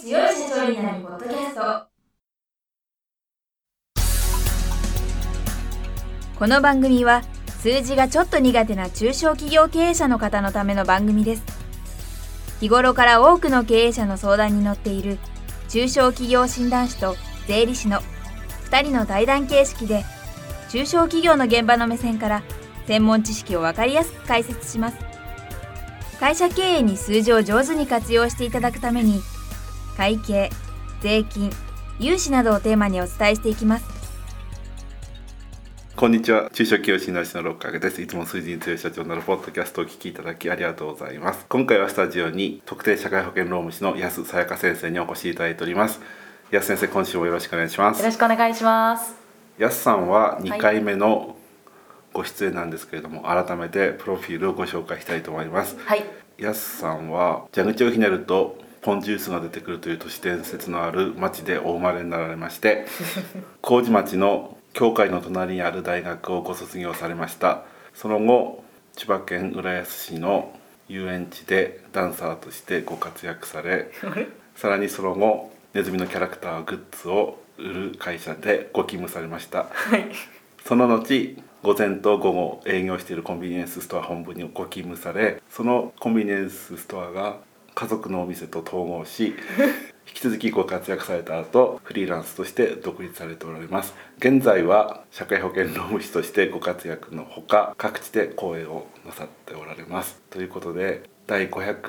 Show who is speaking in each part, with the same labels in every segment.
Speaker 1: 強い社長になるポッドキャスト。この番組は数字がちょっと苦手な中小企業経営者の方のための番組です。日頃から多くの経営者の相談に乗っている中小企業診断士と税理士の2人の対談形式で、中小企業の現場の目線から専門知識を分かりやすく解説します。会社経営に数字を上手に活用していただくために、会計、税金、融資などをテーマにお伝えしていきます。
Speaker 2: こんにちは。中小企業診断士の六角です。いつも数字に強い社長になるポッドキャストをお聞きいただきありがとうございます。今回はスタジオに特定社会保険労務士の安さやか先生にお越しいただいております。安先生、今週もよろしくお願いします。
Speaker 3: よろしくお願いします。
Speaker 2: 安さんは2回目のご出演なんですけれども、改めてプロフィールをご紹介したいと思います。
Speaker 3: はい。
Speaker 2: 安さんは蛇口をひねるとポンジュースが出てくるという都市伝説のある町でお生まれになられまして麹町の教会の隣にある大学をご卒業されました。その後、千葉県浦安市の遊園地でダンサーとしてご活躍されさらにその後、ネズミのキャラクターグッズを売る会社でご勤務されました。
Speaker 3: はい。
Speaker 2: その後、午前と午後営業しているコンビニエンスストア本部にご勤務され、そのコンビニエンスストアが家族のお店と統合し引き続きご活躍された後、フリーランスとして独立されておられます。現在は社会保険労務士としてご活躍のほか、各地で講演をなさっておられます。ということで、第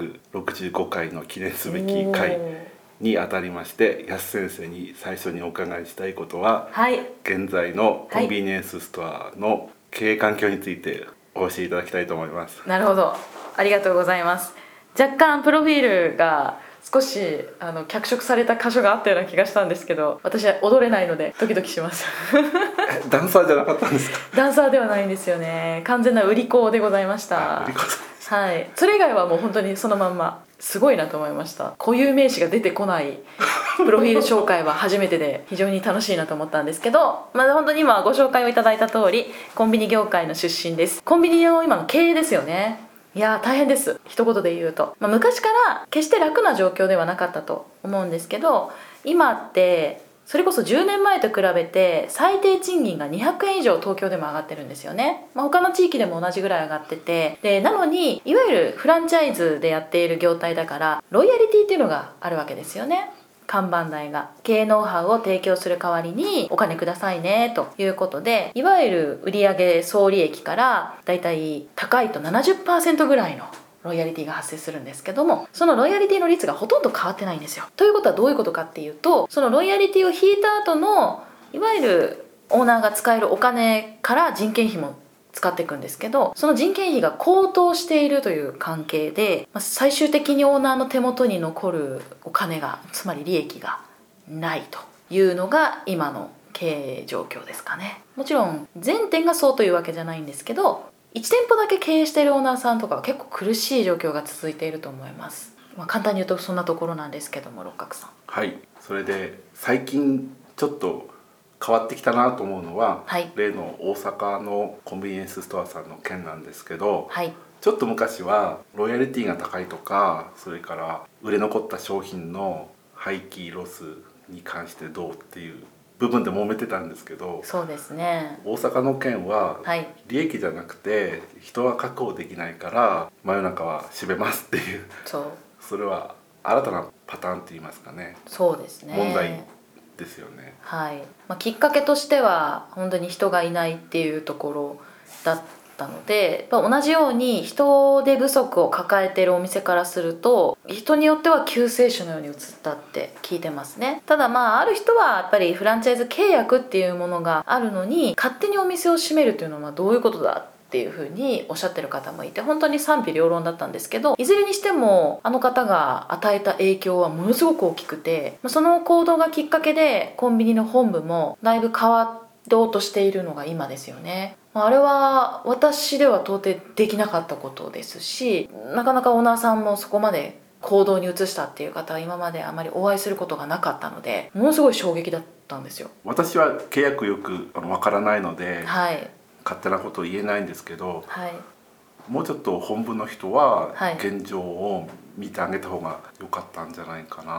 Speaker 2: 565回の記念すべき回にあたりまして、安先生に最初にお伺いしたいことは、
Speaker 3: はい、
Speaker 2: 現在のコンビニエンスストアの経営環境についてお教えいただきたいと思います。
Speaker 3: なるほど、ありがとうございます。若干プロフィールが少し脚色された箇所があったような気がしたんですけど、私は踊れないのでドキドキします
Speaker 2: ダンサーじゃなかったんですか？
Speaker 3: ダンサーではないんですよね。完全な売り子でございました。
Speaker 2: 売り子さんです。
Speaker 3: はい、それ以外はもう本当にそのまんま。すごいなと思いました。固有名詞が出てこないプロフィール紹介は初めてで非常に楽しいなと思ったんですけど、本当に今ご紹介をいただいた通り、コンビニ業界の出身です。コンビニの今の経営ですよね。いや大変です、一言で言うと。昔から決して楽な状況ではなかったと思うんですけど、今ってそれこそ10年前と比べて最低賃金が200円以上東京でも上がってるんですよね。他の地域でも同じぐらい上がってて、でなのにいわゆるフランチャイズでやっている業態だからロイヤリティっていうのがあるわけですよね。看板代が経営ノウハウを提供する代わりにお金くださいねということで、いわゆる売上総利益からだいたい高いと 70% ぐらいのロイヤリティが発生するんですけども、そのロイヤリティの率がほとんど変わってないんですよ。ということはどういうことかっていうと、そのロイヤリティを引いた後のいわゆるオーナーが使えるお金から人件費も使っていくんですけど、その人件費が高騰しているという関係で、最終的にオーナーの手元に残るお金が、つまり利益がないというのが今の経営状況ですかね。もちろん全店がそうというわけじゃないんですけど、1店舗だけ経営しているオーナーさんとかは結構苦しい状況が続いていると思います。簡単に言うとそんなところなんですけども、六角さん。
Speaker 2: はい、それで最近ちょっと変わってきたなと思うのは、
Speaker 3: はい、
Speaker 2: 例の大阪のコンビニエンスストアさんの件なんですけど、
Speaker 3: はい、
Speaker 2: ちょっと昔はロイヤリティが高いとか、それから売れ残った商品の廃棄ロスに関してどうっていう部分で揉めてたんですけど、
Speaker 3: そうですね。
Speaker 2: 大阪の件は利益じゃなくて人は確保できないから真夜中は閉めますっていう、それは新たなパターンって言いますかね。
Speaker 3: そうですね。
Speaker 2: 問題ですよね。
Speaker 3: はい。きっかけとしては本当に人がいないっていうところだったので、同じように人手不足を抱えているお店からすると、人によっては救世主のように映ったって聞いてますね。ただある人はやっぱりフランチャイズ契約っていうものがあるのに勝手にお店を閉めるっていうのはどういうことだっていうふうにおっしゃってる方もいて、本当に賛否両論だったんですけど、いずれにしてもあの方が与えた影響はものすごく大きくて、その行動がきっかけでコンビニの本部もだいぶ変わろうとしているのが今ですよね。あれは私では到底できなかったことですし、なかなかオーナーさんもそこまで行動に移したっていう方は今まであまりお会いすることがなかったので、ものすごい衝撃だったんですよ。
Speaker 2: 私は契約よくわからないので、
Speaker 3: はい、
Speaker 2: 勝手なことを言えないんですけど、
Speaker 3: はい、
Speaker 2: もうちょっと本部の人は
Speaker 3: はい、
Speaker 2: 現状を見てあげた方が良かったんじゃないかなっ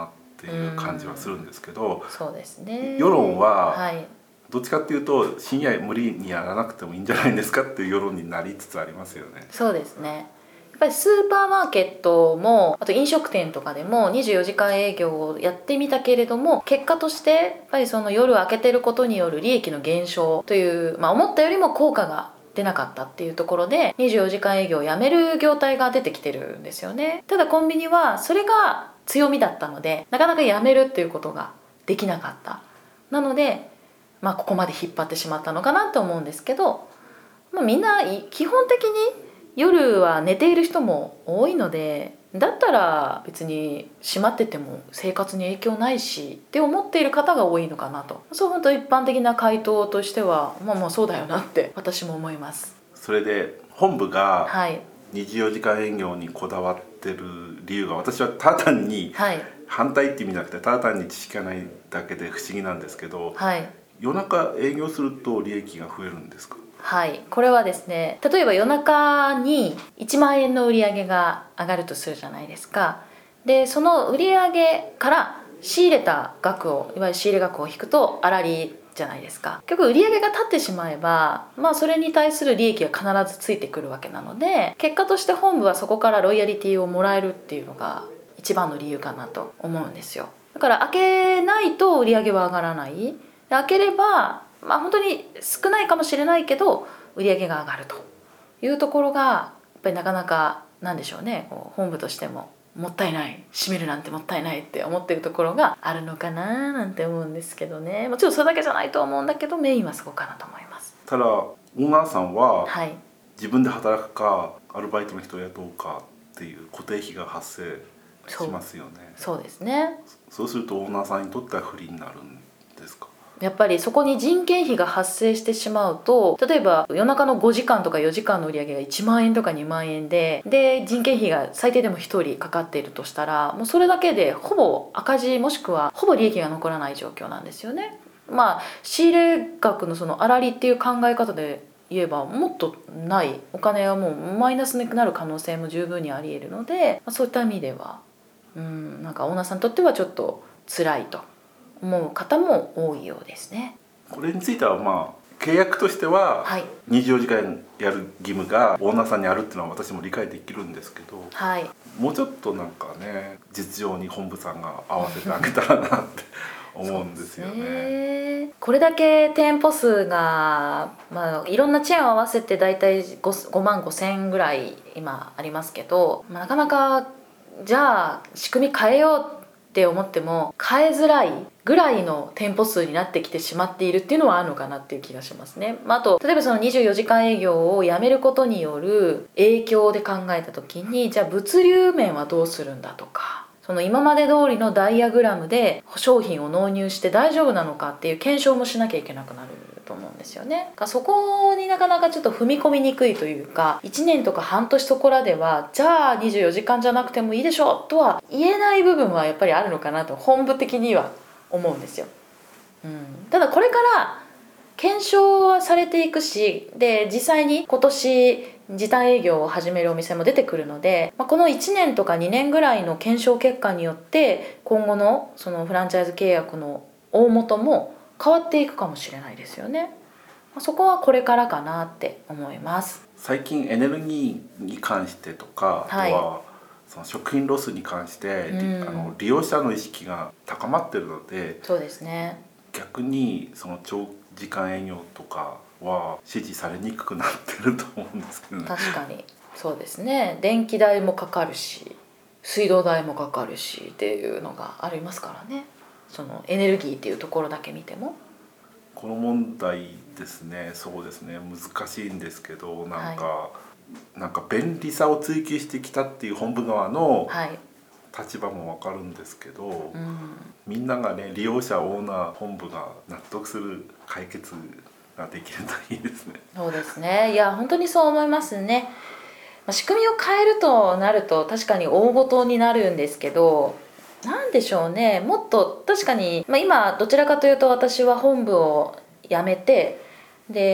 Speaker 2: っていう感じはするんですけど、
Speaker 3: そうですね。
Speaker 2: 世論は
Speaker 3: はい
Speaker 2: どっちかっていうと深夜無理にやらなくてもいいんじゃないですかっていう世論になりつつありますよね。
Speaker 3: そうですね。やっぱりスーパーマーケットもあと飲食店とかでも24時間営業をやってみたけれども、結果としてやっぱりその夜開けてることによる利益の減少という、思ったよりも効果が出なかったっていうところで24時間営業をやめる業態が出てきてるんですよね。ただコンビニはそれが強みだったのでなかなかやめるっていうことができなかった。なのでここまで引っ張ってしまったのかなと思うんですけど、みんな基本的に夜は寝ている人も多いので、だったら別に閉まってても生活に影響ないしって思っている方が多いのかなと。そう本当一般的な回答としてはそうだよなって私も思います。
Speaker 2: それで本部が
Speaker 3: はい
Speaker 2: 24時間営業にこだわってる理由が、私はただ単に反対って意味なくてただ単に知識がないだけで不思議なんですけど、夜中営業すると利益が増えるんですか？
Speaker 3: はい、これはですね、例えば夜中に1万円の売り上げが上がるとするじゃないですか。でその売り上げから仕入れた額を、いわゆる仕入れ額を引くと粗利じゃないですか。結局売り上げが立ってしまえば、それに対する利益が必ずついてくるわけなので、結果として本部はそこからロイヤリティをもらえるっていうのが一番の理由かなと思うんですよ。だから開けないと売り上げは上がらない。開ければ本当に少ないかもしれないけど売り上げが上がるというところがやっぱりなかなかなんでしょうね、本部としてももったいない、閉めるなんてもったいないって思ってるところがあるのかななんて思うんですけどね。もちろんそれだけじゃないと思うんだけどメインはそこかなと思います。
Speaker 2: ただオーナーさんは
Speaker 3: はい
Speaker 2: 自分で働くかアルバイトの人を雇うかっていう固定費が発生しますよね。
Speaker 3: そうですね。
Speaker 2: そうするとオーナーさんにとっては不利になるんですか？
Speaker 3: やっぱりそこに人件費が発生してしまうと、例えば夜中の5時間とか4時間の売り上げが1万円とか2万円で人件費が最低でも1人かかっているとしたら、もうそれだけでほぼ赤字もしくはほぼ利益が残らない状況なんですよね。仕入れ額のその粗利っていう考え方で言えばもっとないお金はもうマイナスになる可能性も十分にあり得るので、そういった意味ではなんかオーナーさんにとってはちょっと辛いと思う方も多いようですね。
Speaker 2: これについては契約としては24時間やる義務がオーナーさんにあるっていうのは私も理解できるんですけど、もうちょっとなんかね実情に本部さんが合わせてあげたらなって思うんですよね。
Speaker 3: これだけ店舗数が、いろんなチェーンを合わせてだいたい5万5千ぐらい今ありますけど、なかなかじゃあ仕組み変えようって思っても変えづらいぐらいの店舗数になってきてしまっているっていうのはあるのかなっていう気がしますね。あと例えばその24時間営業をやめることによる影響で考えた時に、じゃあ物流面はどうするんだとか、その今まで通りのダイヤグラムで商品を納入して大丈夫なのかっていう検証もしなきゃいけなくなると思うんですよね。そこになかなかちょっと踏み込みにくいというか、1年とか半年そこらではじゃあ24時間じゃなくてもいいでしょとは言えない部分はやっぱりあるのかなと本部的には思うんですよ。ただこれから検証はされていくし、で実際に今年時短営業を始めるお店も出てくるので、この1年とか2年ぐらいの検証結果によって今後のそのフランチャイズ契約の大元も変わっていくかもしれないですよね。そこはこれからかなって思います。
Speaker 2: 最近エネルギーに関してとか、あとはその食品ロスに関して、利用者の意識が高まってるので、
Speaker 3: そうですね、
Speaker 2: 逆にその長時間営業とかは支持されにくくなってると思うんですけどね。
Speaker 3: 確かにそうですね。電気代もかかるし水道代もかかるしっていうのがありますからね。そのエネルギーっていうところだけ見ても
Speaker 2: この問題ですね、そうですね、難しいんですけど、なんか便利さを追求してきたっていう本部側の立場も分かるんですけど、みんながね、利用者オーナー本部が納得する解決ができるといいですね。
Speaker 3: そうですね。いや本当にそう思いますね。仕組みを変えるとなると確かに大ごとになるんですけど、なんでしょうね、もっと確かに、今どちらかというと私は本部を辞めてで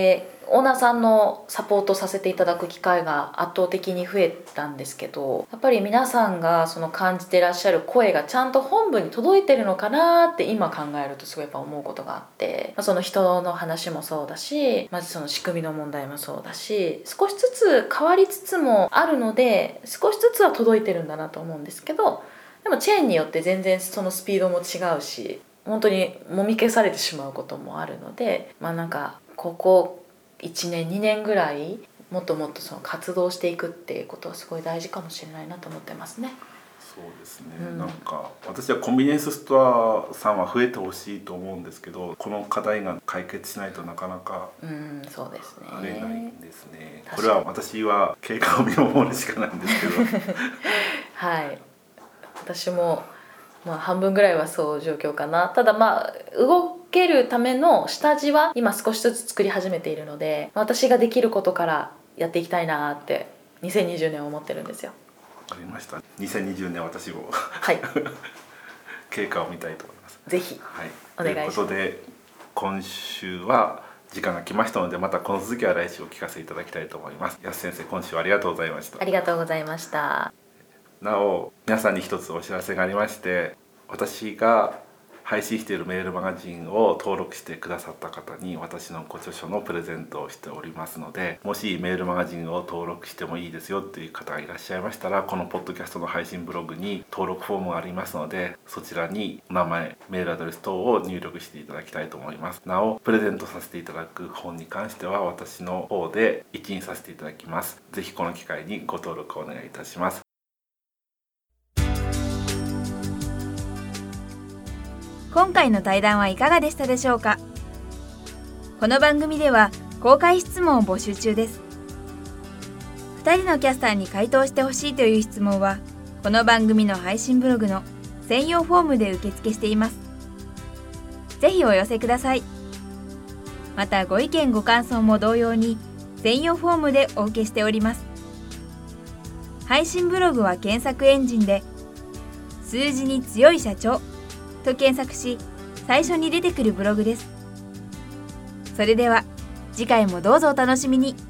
Speaker 3: オーナーさんのサポートさせていただく機会が圧倒的に増えたんですけど、やっぱり皆さんがその感じてらっしゃる声がちゃんと本部に届いてるのかなって今考えるとすごいやっぱ思うことがあって、その人の話もそうだし、まずその仕組みの問題もそうだし、少しずつ変わりつつもあるので少しずつは届いてるんだなと思うんですけど、でもチェーンによって全然そのスピードも違うし、本当にもみ消されてしまうこともあるので、なんかここ1年2年ぐらいもっともっとその活動していくっていうことはすごい大事かもしれないなと思ってますね。
Speaker 2: そうですね、なんか私はコンビニエンスストアさんは増えてほしいと思うんですけど、この課題が解決しないとなかなか
Speaker 3: そうですね、
Speaker 2: 増えないんですね。これは私は経過を見守るしかないんですけど
Speaker 3: はい、私も半分ぐらいはそういう状況かな。ただ動けるための下地は今少しずつ作り始めているので、私ができることからやっていきたいなって2020年思ってるんですよ。
Speaker 2: わかりました。2020年私も
Speaker 3: はい
Speaker 2: 経過を見たいと思います。
Speaker 3: ぜひ、
Speaker 2: はい、
Speaker 3: お願いします。
Speaker 2: ということで今週は時間が来ましたので、またこの続きは来週お聞かせいただきたいと思います。安先生、今週はありがとうございました。
Speaker 3: ありがとうございました。
Speaker 2: なお皆さんに一つお知らせがありまして、私が配信しているメールマガジンを登録してくださった方に私のご著書のプレゼントをしておりますので、もしメールマガジンを登録してもいいですよっていう方がいらっしゃいましたら、このポッドキャストの配信ブログに登録フォームがありますので、そちらにお名前、メールアドレス等を入力していただきたいと思います。なおプレゼントさせていただく本に関しては私の方で一印させていただきます。ぜひこの機会にご登録をお願いいたします。
Speaker 1: 今回の対談はいかがでしたでしょうか。この番組では公開質問を募集中です。2人のキャスターに回答してほしいという質問は、この番組の配信ブログの専用フォームで受付しています。ぜひお寄せください。またご意見ご感想も同様に専用フォームでお受けしております。配信ブログは検索エンジンで数字に強い社長と検索し、最初に出てくるブログです。それでは次回もどうぞお楽しみに。